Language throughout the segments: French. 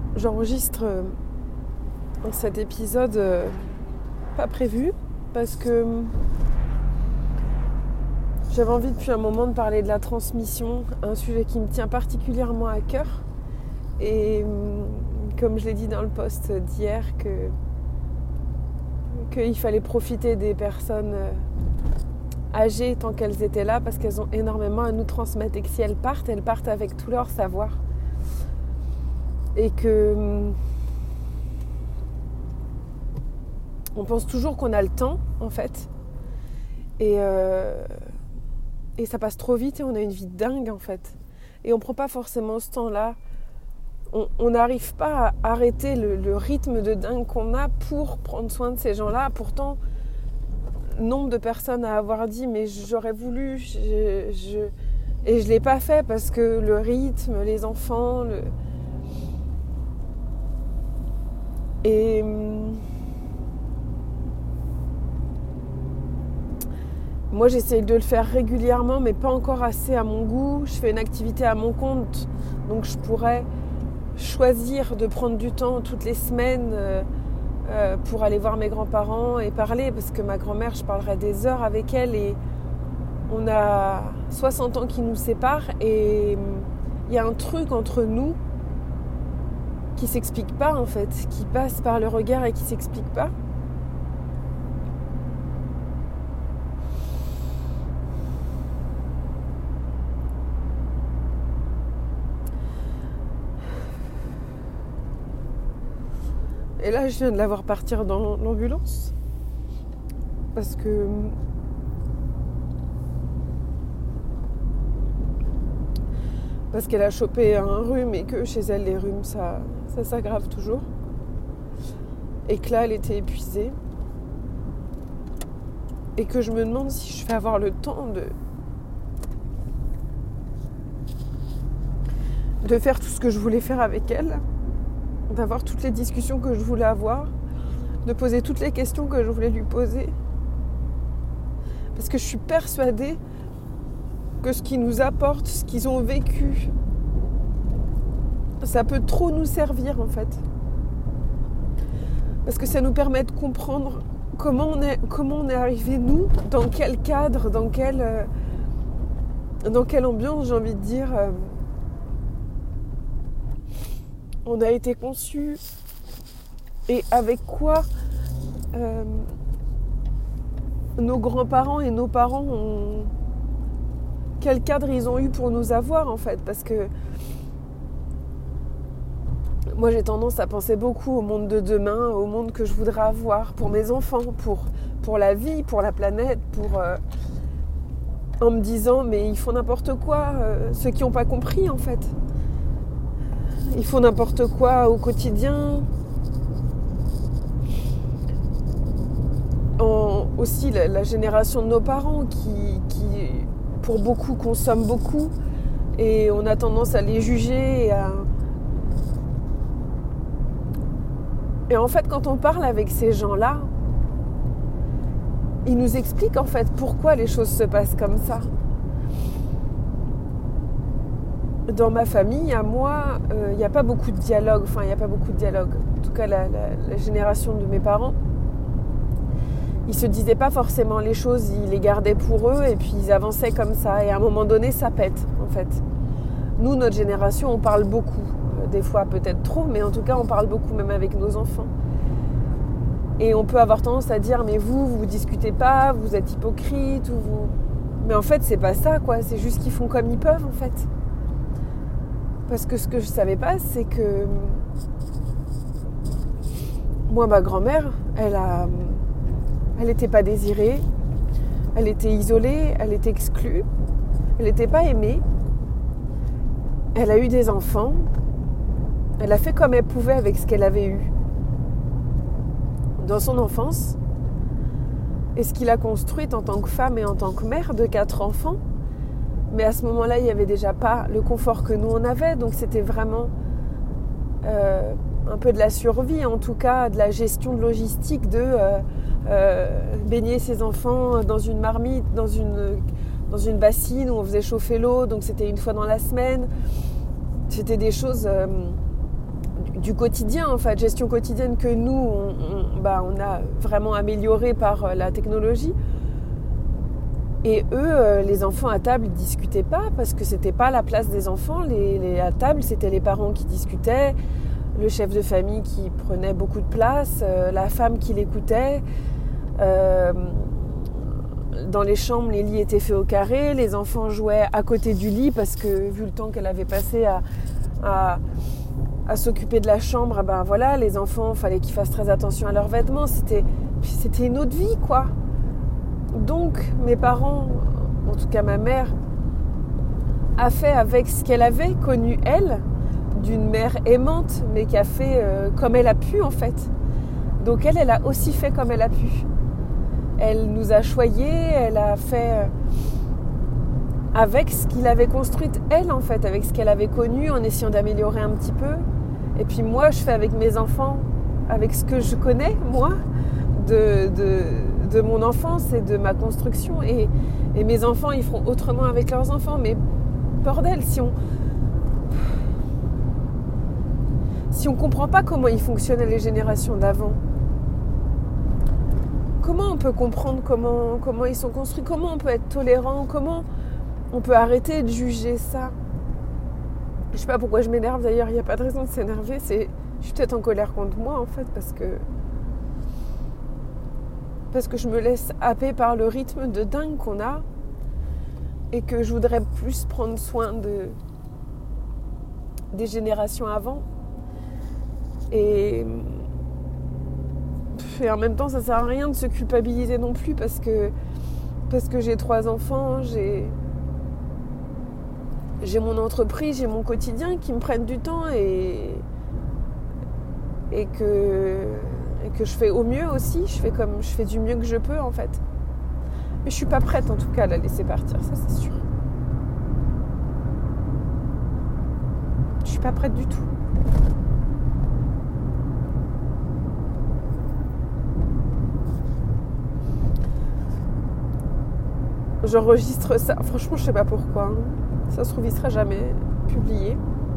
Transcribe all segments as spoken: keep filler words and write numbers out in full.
j'enregistre euh, cet épisode euh, pas prévu parce que j'avais envie depuis un moment de parler de la transmission, un sujet qui me tient particulièrement à cœur. Et comme je l'ai dit dans le post d'hier, que qu'il fallait profiter des personnes âgées tant qu'elles étaient là, parce qu'elles ont énormément à nous transmettre, et que si elles partent, elles partent avec tout leur savoir. Et que on pense toujours qu'on a le temps, en fait. Et, euh, et ça passe trop vite et on a une vie dingue, en fait. Et on prend pas forcément ce temps-là. On n'arrive pas à arrêter le, le rythme de dingue qu'on a pour prendre soin de ces gens-là. Pourtant, nombre de personnes à avoir dit « mais j'aurais voulu je, je... » et je ne l'ai pas fait parce que le rythme, les enfants... Le... Et... Moi, j'essaye de le faire régulièrement, mais pas encore assez à mon goût. Je fais une activité à mon compte, donc je pourrais... choisir de prendre du temps toutes les semaines euh, euh, pour aller voir mes grands-parents et parler, parce que ma grand-mère, je parlerai des heures avec elle, et on a soixante ans qui nous séparent, et il y a un truc entre nous qui s'explique pas, en fait, qui passe par le regard et qui s'explique pas. Et là, je viens de la voir partir dans l'ambulance. Parce que... Parce qu'elle a chopé un rhume et que chez elle, les rhumes, ça, ça s'aggrave toujours. Et que là, elle était épuisée. Et que je me demande si je vais avoir le temps de... de faire tout ce que je voulais faire avec elle. D'avoir toutes les discussions que je voulais avoir, de poser toutes les questions que je voulais lui poser. Parce que je suis persuadée que ce qu'ils nous apportent, ce qu'ils ont vécu, ça peut trop nous servir, en fait. Parce que ça nous permet de comprendre comment on est, comment on est arrivé, nous, dans quel cadre, dans quelle, euh, dans quelle ambiance, j'ai envie de dire... Euh, on a été conçus et avec quoi euh, nos grands-parents et nos parents ont... Quel cadre ils ont eu pour nous avoir, en fait. Parce que moi, j'ai tendance à penser beaucoup au monde de demain, au monde que je voudrais avoir pour mes enfants, pour, pour la vie, pour la planète, pour... Euh, en me disant, mais ils font n'importe quoi, euh, ceux qui n'ont pas compris, en fait. Ils font n'importe quoi au quotidien. En, aussi la, la génération de nos parents qui, qui, pour beaucoup, consomment beaucoup. Et on a tendance à les juger. Et, à... et en fait, quand on parle avec ces gens-là, ils nous expliquent en fait pourquoi les choses se passent comme ça. Dans ma famille, à moi, il euh, n'y a pas beaucoup de dialogue. Enfin, il n'y a pas beaucoup de dialogue. En tout cas, la, la, la génération de mes parents, ils ne se disaient pas forcément les choses, ils les gardaient pour eux et puis ils avançaient comme ça. Et à un moment donné, ça pète, en fait. Nous, notre génération, on parle beaucoup. Euh, des fois, peut-être trop, mais en tout cas, on parle beaucoup, même avec nos enfants. Et on peut avoir tendance à dire, mais vous, vous ne discutez pas, vous êtes hypocrite, ou vous... Mais en fait, c'est pas ça, quoi. C'est juste qu'ils font comme ils peuvent, en fait. Parce que ce que je ne savais pas, c'est que moi, ma grand-mère, elle a, elle n'était pas désirée, elle était isolée, elle était exclue, elle n'était pas aimée. Elle a eu des enfants, elle a fait comme elle pouvait avec ce qu'elle avait eu dans son enfance. Et ce qu'il a construit en tant que femme et en tant que mère de quatre enfants. Mais à ce moment-là, il n'y avait déjà pas le confort que nous, on avait. Donc, c'était vraiment euh, un peu de la survie, en tout cas, de la gestion de logistique, de euh, euh, baigner ses enfants dans une marmite, dans une, dans une bassine où on faisait chauffer l'eau. Donc, c'était une fois dans la semaine. C'était des choses euh, du quotidien, en fait, gestion quotidienne que nous, on, on, bah, on a vraiment améliorée par la technologie. Et eux, euh, les enfants à table, ils ne discutaient pas parce que c'était pas la place des enfants. Les, les, à table, c'était les parents qui discutaient, le chef de famille qui prenait beaucoup de place, euh, la femme qui l'écoutait. Euh, dans les chambres, les lits étaient faits au carré, les enfants jouaient à côté du lit parce que vu le temps qu'elle avait passé à, à, à s'occuper de la chambre, ben voilà, les enfants, il fallait qu'ils fassent très attention à leurs vêtements. C'était, c'était une autre vie, quoi. Donc, mes parents, en tout cas ma mère, a fait avec ce qu'elle avait connu, elle, d'une mère aimante, mais qui a fait euh, comme elle a pu, en fait. Donc elle, elle a aussi fait comme elle a pu. Elle nous a choyés, elle a fait euh, avec ce qu'il avait construit, elle, en fait, avec ce qu'elle avait connu, en essayant d'améliorer un petit peu. Et puis moi, je fais avec mes enfants, avec ce que je connais, moi, de... de de mon enfance et de ma construction, et, et mes enfants ils feront autrement avec leurs enfants. Mais bordel, si on si on comprend pas comment ils fonctionnaient les générations d'avant, comment on peut comprendre comment, comment ils sont construits, comment on peut être tolérant, comment on peut arrêter de juger ça. Je sais pas pourquoi je m'énerve d'ailleurs, il n'y a pas de raison de s'énerver, c'est, je suis peut-être en colère contre moi en fait, parce que parce que je me laisse happer par le rythme de dingue qu'on a et que je voudrais plus prendre soin de, des générations avant. Et, et en même temps, ça sert à rien de se culpabiliser non plus parce que, parce que j'ai trois enfants, j'ai, j'ai mon entreprise, j'ai mon quotidien qui me prennent du temps et, et que... et que je fais au mieux aussi, je fais comme je fais du mieux que je peux en fait. Mais je suis pas prête en tout cas à la laisser partir, ça c'est sûr. Je suis pas prête du tout. J'enregistre ça, franchement je sais pas pourquoi, hein. Ça se trouve il sera jamais publié.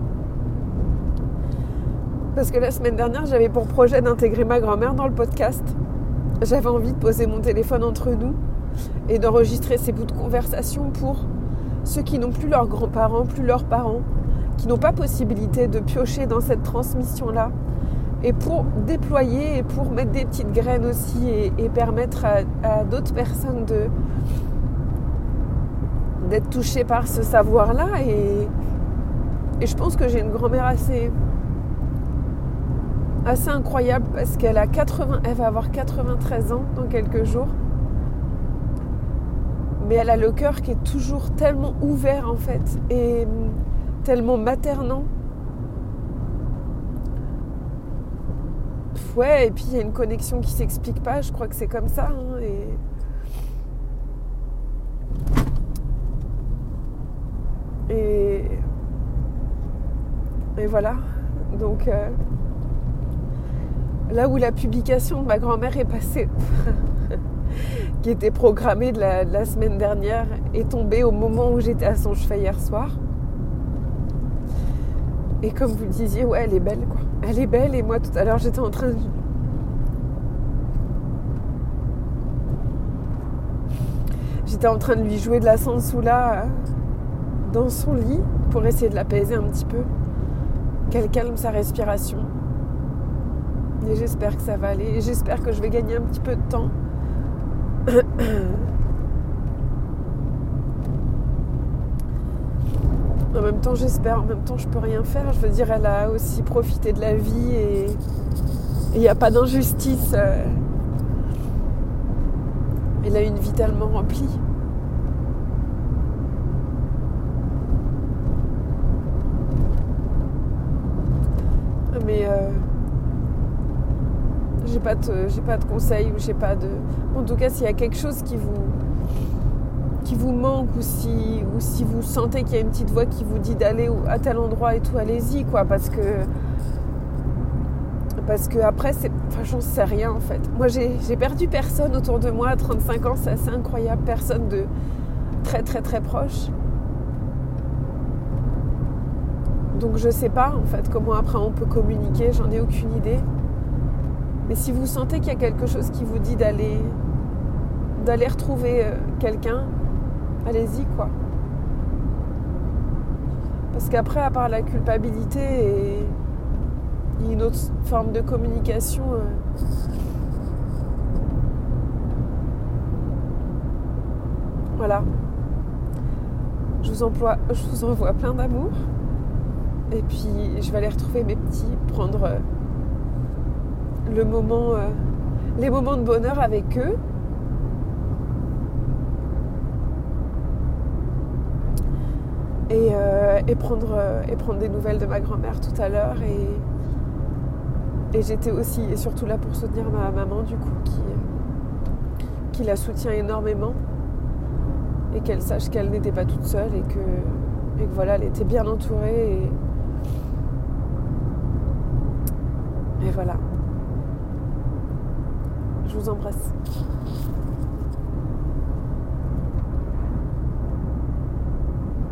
Parce que la semaine dernière, j'avais pour projet d'intégrer ma grand-mère dans le podcast. J'avais envie de poser mon téléphone entre nous et d'enregistrer ces bouts de conversation pour ceux qui n'ont plus leurs grands-parents, plus leurs parents, qui n'ont pas possibilité de piocher dans cette transmission-là, et pour déployer et pour mettre des petites graines aussi et, et permettre à, à d'autres personnes de, d'être touchées par ce savoir-là. Et, et je pense que j'ai une grand-mère assez... assez incroyable parce qu'elle a quatre-vingts, elle va avoir quatre-vingt-treize ans dans quelques jours, mais elle a le cœur qui est toujours tellement ouvert en fait et tellement maternant. Ouais, et puis il y a une connexion qui s'explique pas, je crois que c'est comme ça, hein, et... et et voilà, donc euh... là où la publication de ma grand-mère est passée, qui était programmée de la, de la semaine dernière, est tombée au moment où j'étais à son chevet hier soir. Et comme vous le disiez, ouais, elle est belle, quoi. Elle est belle, et moi, tout à l'heure, j'étais en train de... J'étais en train de lui jouer de la sansula dans son lit pour essayer de l'apaiser un petit peu, qu'elle calme sa respiration. Et j'espère que ça va aller. Et j'espère que je vais gagner un petit peu de temps. En même temps, j'espère. En même temps, je peux rien faire. Je veux dire, elle a aussi profité de la vie et il n'y a pas d'injustice. Elle a une vie tellement remplie. Mais euh, j'ai pas de, j'ai pas de conseils ou j'ai pas de. En tout cas, s'il y a quelque chose qui vous qui vous manque ou si ou si vous sentez qu'il y a une petite voix qui vous dit d'aller à tel endroit et tout, allez-y quoi, parce que parce que après c'est, enfin j'en sais rien en fait. Moi j'ai j'ai perdu personne autour de moi à trente-cinq ans, c'est assez incroyable, personne de très très très proche. Donc je sais pas en fait comment après on peut communiquer, j'en ai aucune idée. Mais si vous sentez qu'il y a quelque chose qui vous dit d'aller d'aller retrouver quelqu'un, allez-y quoi. Parce qu'après, à part la culpabilité et une autre forme de communication, euh... voilà. Je vous emploie, je vous envoie plein d'amour. Et puis, je vais aller retrouver mes petits, prendre euh, le moment, euh, les moments de bonheur avec eux. Et, euh, et, prendre, euh, et prendre des nouvelles de ma grand-mère tout à l'heure. Et, et j'étais aussi et surtout là pour soutenir ma maman, du coup, qui, qui la soutient énormément. Et qu'elle sache qu'elle n'était pas toute seule et que, et que voilà, elle était bien entourée. Et, et voilà. Je vous embrasse.